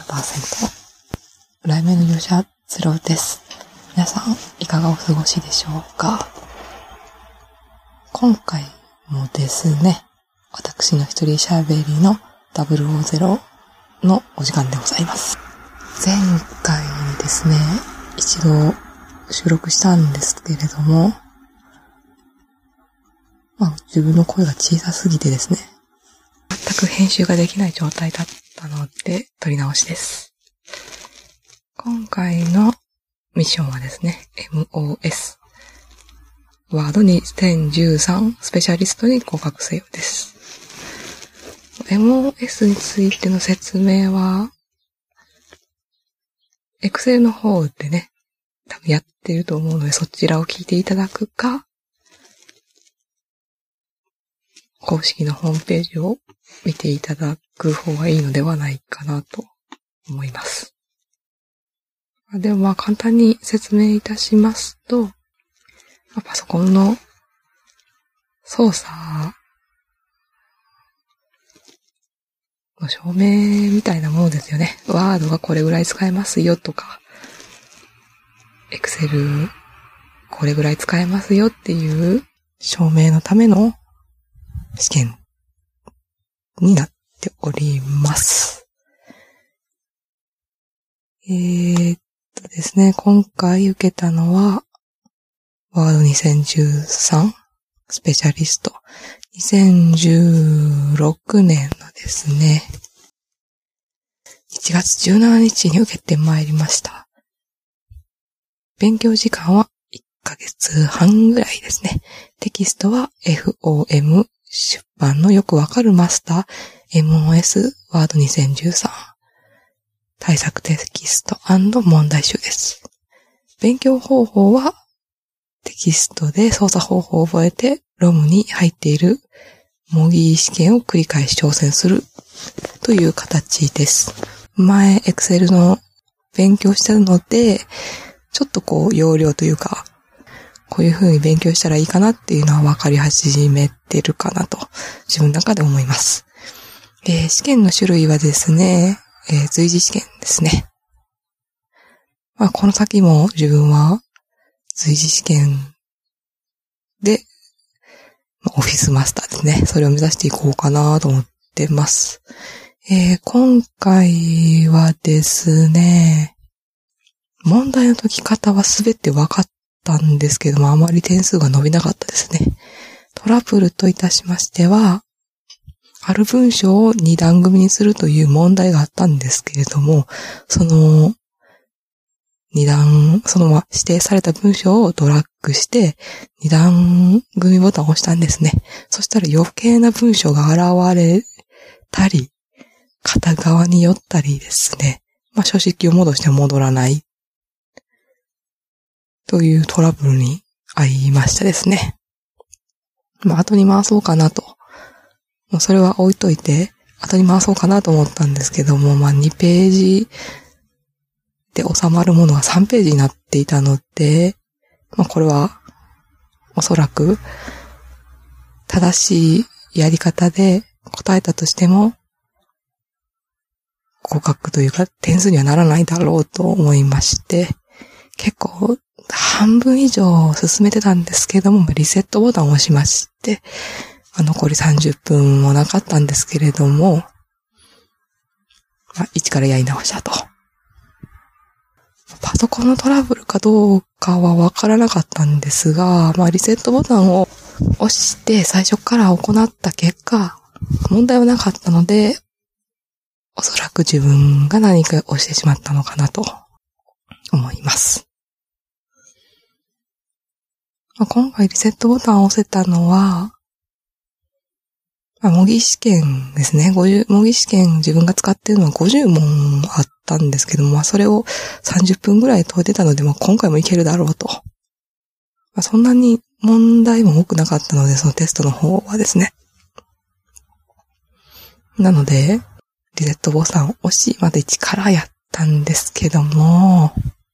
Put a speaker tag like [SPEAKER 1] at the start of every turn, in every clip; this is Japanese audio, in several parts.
[SPEAKER 1] 0%。来面の乗車0です。皆さん、いかがお過ごしでしょうか？今回もですね、私の一人喋りの000のお時間でございます。前回ですね、一度収録したんですけれども、自分の声が小さすぎてですね、全く編集ができない状態だったので、撮り直しです。今回のミッションはですね、MOS。ワード2013スペシャリストに合格せよです。MOS についての説明は、Excel の方でね、多分やってると思うので、そちらを聞いていただくか、公式のホームページを見ていただく方がいいのではないかなと思います。でも簡単に説明いたしますと、パソコンの操作の証明みたいなものですよね。ワードがこれぐらい使えますよとか、Excel これぐらい使えますよっていう証明のための試験になっております。ですね、今回受けたのは、ワード2013スペシャリスト。2016年のですね、1月17日に受けてまいりました。勉強時間は1ヶ月半ぐらいですね。テキストは FOM 出版のよくわかるマスター MOS ワード2013対策テキスト&問題集です。勉強方法はテキストで操作方法を覚えてロムに入っている模擬試験を繰り返し挑戦するという形です。前 Excel の勉強してるのでちょっと要領というかこういう風に勉強したらいいかなっていうのは分かり始めてるかなと自分の中で思います。試験の種類はですね、随時試験ですね。この先も自分は随時試験でオフィスマスターですね。それを目指していこうかなと思ってます。今回はですね、問題の解き方はすべて分かったんですけども、あまり点数が伸びなかったですね。トラブルといたしましては、ある文章を2段組にするという問題があったんですけれども、その指定された文章をドラッグして、2段組ボタンを押したんですね。そしたら余計な文章が現れたり、片側に寄ったりですね。書式を戻して戻らない。というトラブルに遭いましたですね。後に回そうかなと。それは置いといて、後に回そうかなと思ったんですけども、2ページで収まるものが3ページになっていたので、これはおそらく正しいやり方で答えたとしても合格というか点数にはならないだろうと思いまして、結構半分以上進めてたんですけども、リセットボタンを押しまして、残り30分もなかったんですけれども、一からやり直したと。パソコンのトラブルかどうかはわからなかったんですが、リセットボタンを押して最初から行った結果、問題はなかったので、おそらく自分が何か押してしまったのかなと思います。今回リセットボタンを押せたのは、模擬試験ですね。模擬試験自分が使っているのは50問あったんですけども、それを30分ぐらい解いてたので、今回もいけるだろうと。そんなに問題も多くなかったので、そのテストの方はですね。なので、リセットボタンを押し、また一からやったんですけども、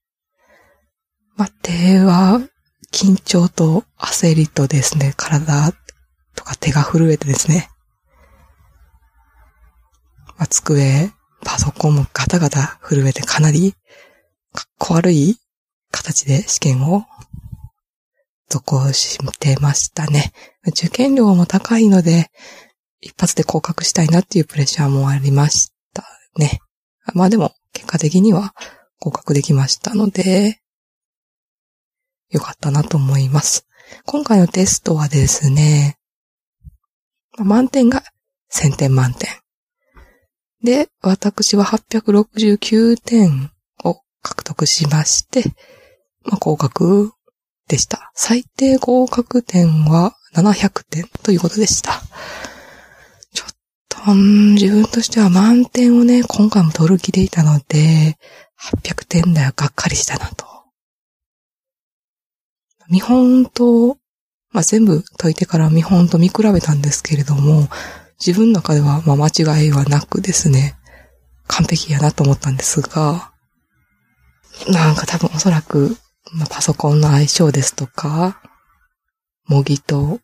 [SPEAKER 1] 手は緊張と焦りとですね、体とか手が震えてですね、机パソコンもガタガタ震えてかなりかっこ悪い形で試験を続行してましたね。受験料も高いので、一発で合格したいなっていうプレッシャーもありましたね。まあでも、結果的には合格できましたので、よかったなと思います。今回のテストはですね、満点が1000点満点。で、私は869点を獲得しまして、合格でした。最低合格点は700点ということでした。ちょっと、自分としては満点をね、今回も取る気でいたので、800点台はがっかりしたなと。見本と、全部解いてから見本と見比べたんですけれども、自分の中では間違いはなくですね、完璧やなと思ったんですが、なんか多分おそらく、パソコンの相性ですとか、模擬と、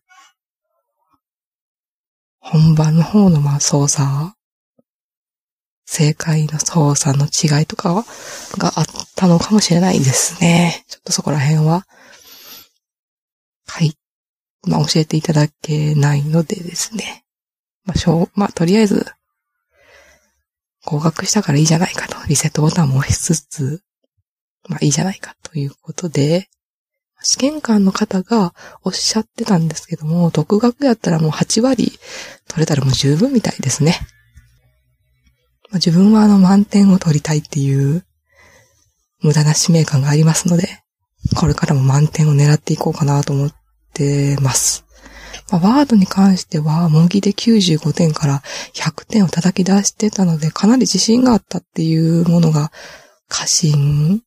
[SPEAKER 1] 本番の方の操作、正解の操作の違いとかがあったのかもしれないですね。ちょっとそこら辺は、はい。教えていただけないのでですね。とりあえず、合格したからいいじゃないかと、リセットボタンも押しつつ、いいじゃないかということで、試験官の方がおっしゃってたんですけども、独学やったらもう8割取れたらもう十分みたいですね。自分は満点を取りたいっていう無駄な使命感がありますので、これからも満点を狙っていこうかなと思ってます。ワードに関しては模擬で95点から100点を叩き出してたので、かなり自信があったっていうものが過信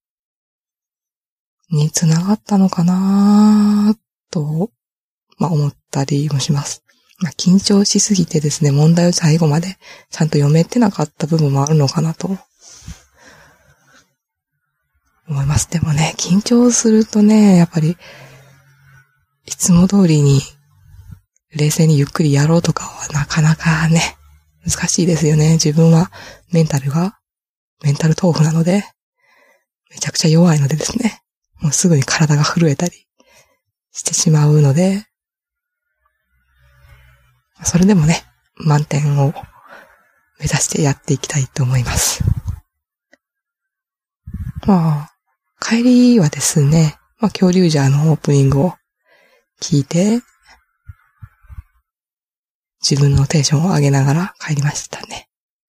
[SPEAKER 1] につながったのかなと、思ったりもします。緊張しすぎてですね、問題を最後までちゃんと読めてなかった部分もあるのかなと思います。でもね、緊張するとね、やっぱりいつも通りに冷静にゆっくりやろうとかはなかなかね、難しいですよね。自分はメンタル豆腐なので、めちゃくちゃ弱いのでですね、もうすぐに体が震えたりしてしまうので、それでもね、満点を目指してやっていきたいと思います。帰りはですね、恐竜ジャーのオープニングを聞いて、自分のテンションを上げながら帰りましたね。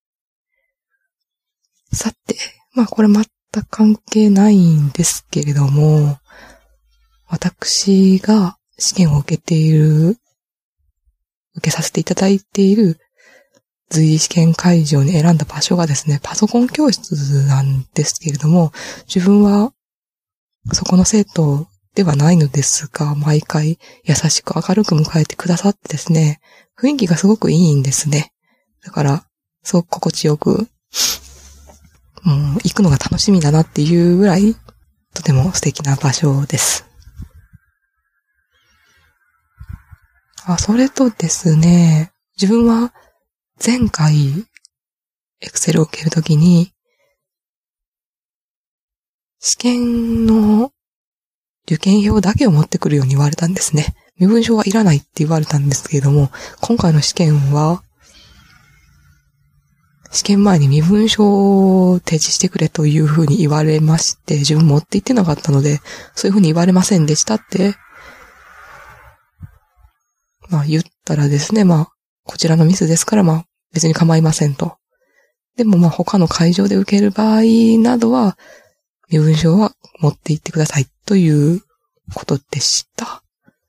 [SPEAKER 1] さて、これ全く関係ないんですけれども、私が試験を受けさせていただいている随時試験会場に選んだ場所がですね、パソコン教室なんですけれども、自分はそこの生徒ではないのですが、毎回優しく明るく迎えてくださってですね、雰囲気がすごくいいんですね。だから、すごく心地よく、行くのが楽しみだなっていうぐらい、とても素敵な場所です。それとですね、自分は前回、Excel を受けるときに、試験の受験票だけを持ってくるように言われたんですね。身分証はいらないって言われたんですけれども、今回の試験は、試験前に身分証を提示してくれというふうに言われまして、自分持って行ってなかったので、そういうふうに言われませんでしたって、言ったらですね、こちらのミスですから別に構いませんと。でも他の会場で受ける場合などは、身分証は持って行ってくださいということでした。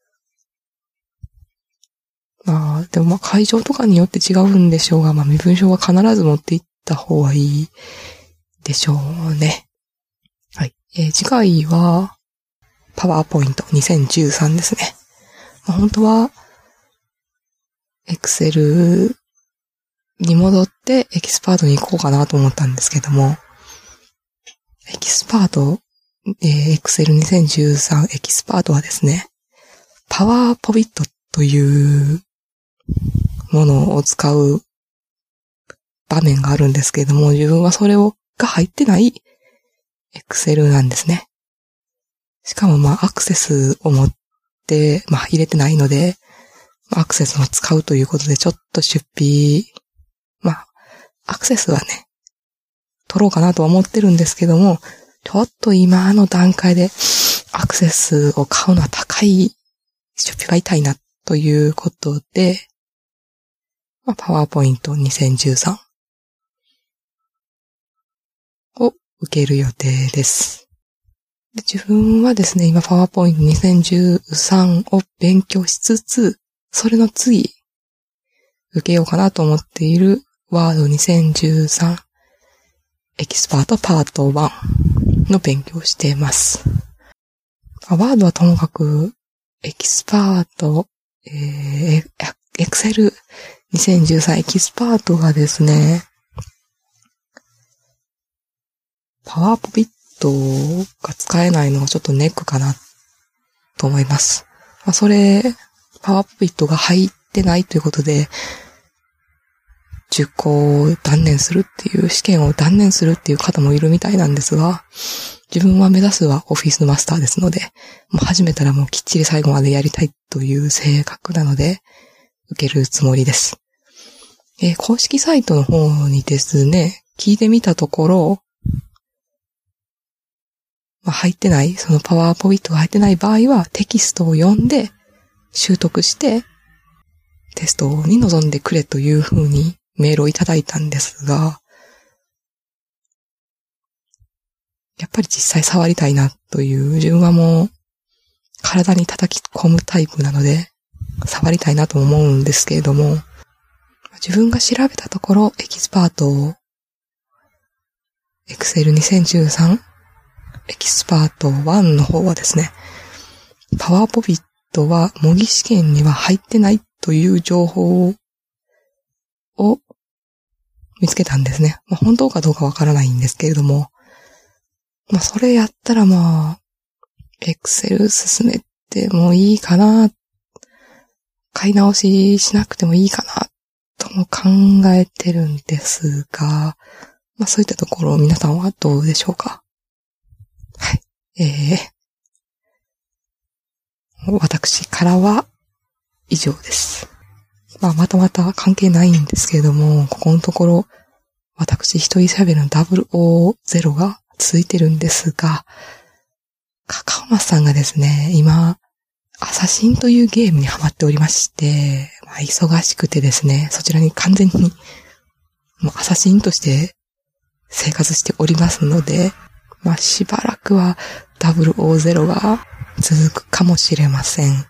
[SPEAKER 1] でも会場とかによって違うんでしょうが、身分証は必ず持って行った方がいいでしょうね。はい。次回は、パワーポイント2013ですね。本当は、Excel に戻ってエキスパートに行こうかなと思ったんですけども、エキスパート、Excel 2013エキスパートはですね、パワーポビットというものを使う場面があるんですけれども、自分はそれが入ってない Excel なんですね。しかもアクセスを持って、入れてないので、アクセスを使うということで、ちょっと出費、アクセスはね、取ろうかなとは思ってるんですけども、ちょっと今の段階でアクセスを買うのは高い出費が痛いなということで、パワーポイント2013を受ける予定です。で、自分はですね、今パワーポイント2013を勉強しつつ、それの次、受けようかなと思っているワード2013エキスパートパート1の勉強をしています。ワードはともかく、エキスパート、エクセル2013エキスパートがですね、パワーポビットが使えないのがちょっとネックかなと思います。それ、パワーポビットが入ってないということで、受講を断念するっていう、試験を断念するっていう方もいるみたいなんですが、自分は目指すはオフィスマスターですので、もう始めたらもうきっちり最後までやりたいという性格なので、受けるつもりです。公式サイトの方にですね、聞いてみたところ、入ってない、そのパワーポビットが入ってない場合はテキストを読んで習得してテストに臨んでくれというふうにメールをいただいたんですが、やっぱり実際触りたいなという、自分はもう体に叩き込むタイプなので触りたいなと思うんですけれども、自分が調べたところエキスパート Excel 2013エキスパート1の方はですね、パワーポビットは模擬試験には入ってないという情報を見つけたんですね。本当かどうかわからないんですけれども、それやったらエクセル進めてもいいかな、買い直ししなくてもいいかな、とも考えてるんですが、そういったところ皆さんはどうでしょうか？はい。私からは以上です。また関係ないんですけれども、ここのところ、私一人喋るの000が続いてるんですが、カカオマスさんがですね、今、アサシンというゲームにハマっておりまして、忙しくてですね、そちらに完全に、もうアサシンとして生活しておりますので、しばらくは000が続くかもしれません。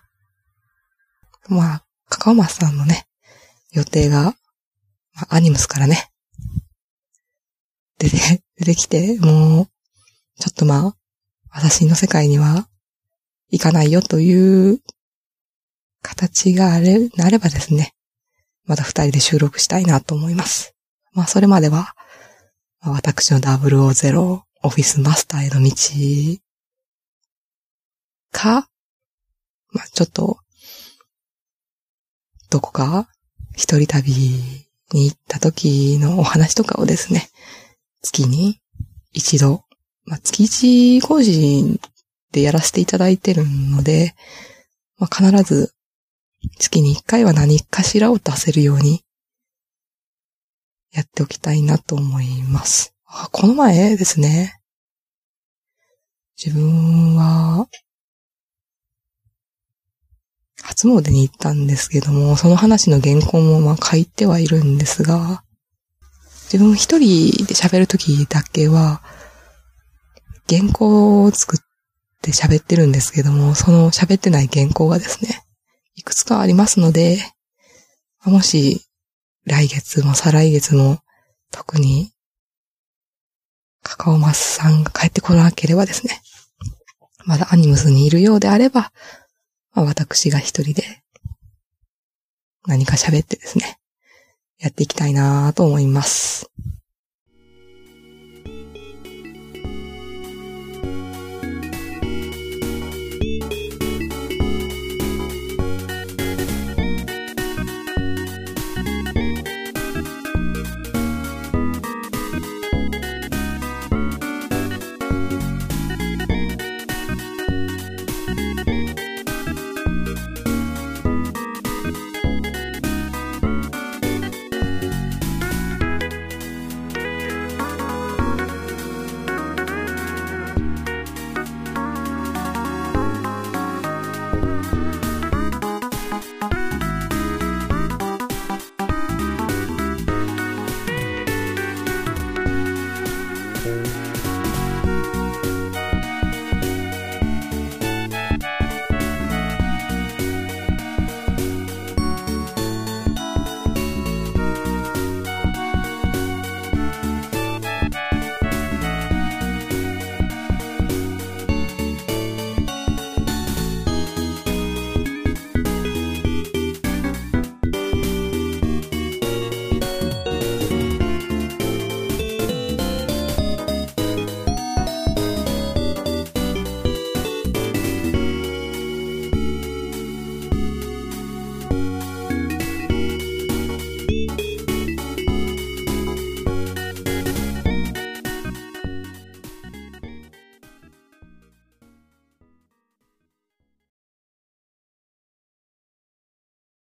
[SPEAKER 1] カカオマスさんのね、予定が、アニムスからね、出てきて、もう、ちょっと私の世界には行かないよという形がなればですね、また二人で収録したいなと思います。それまでは、私の000オフィスマスターへの道か、ちょっと、どこか一人旅に行った時のお話とかをですね、月に一度、月一更新でやらせていただいてるので、必ず月に一回は何かしらを出せるようにやっておきたいなと思います。この前ですね、自分は初詣に行ったんですけども、その話の原稿も書いてはいるんですが、自分一人で喋るときだけは、原稿を作って喋ってるんですけども、その喋ってない原稿がですね、いくつかありますので、もし来月も再来月も特にカカオマスさんが帰ってこなければですね、まだアニムスにいるようであれば、私が一人で何か喋ってですね、やっていきたいなと思います。 す。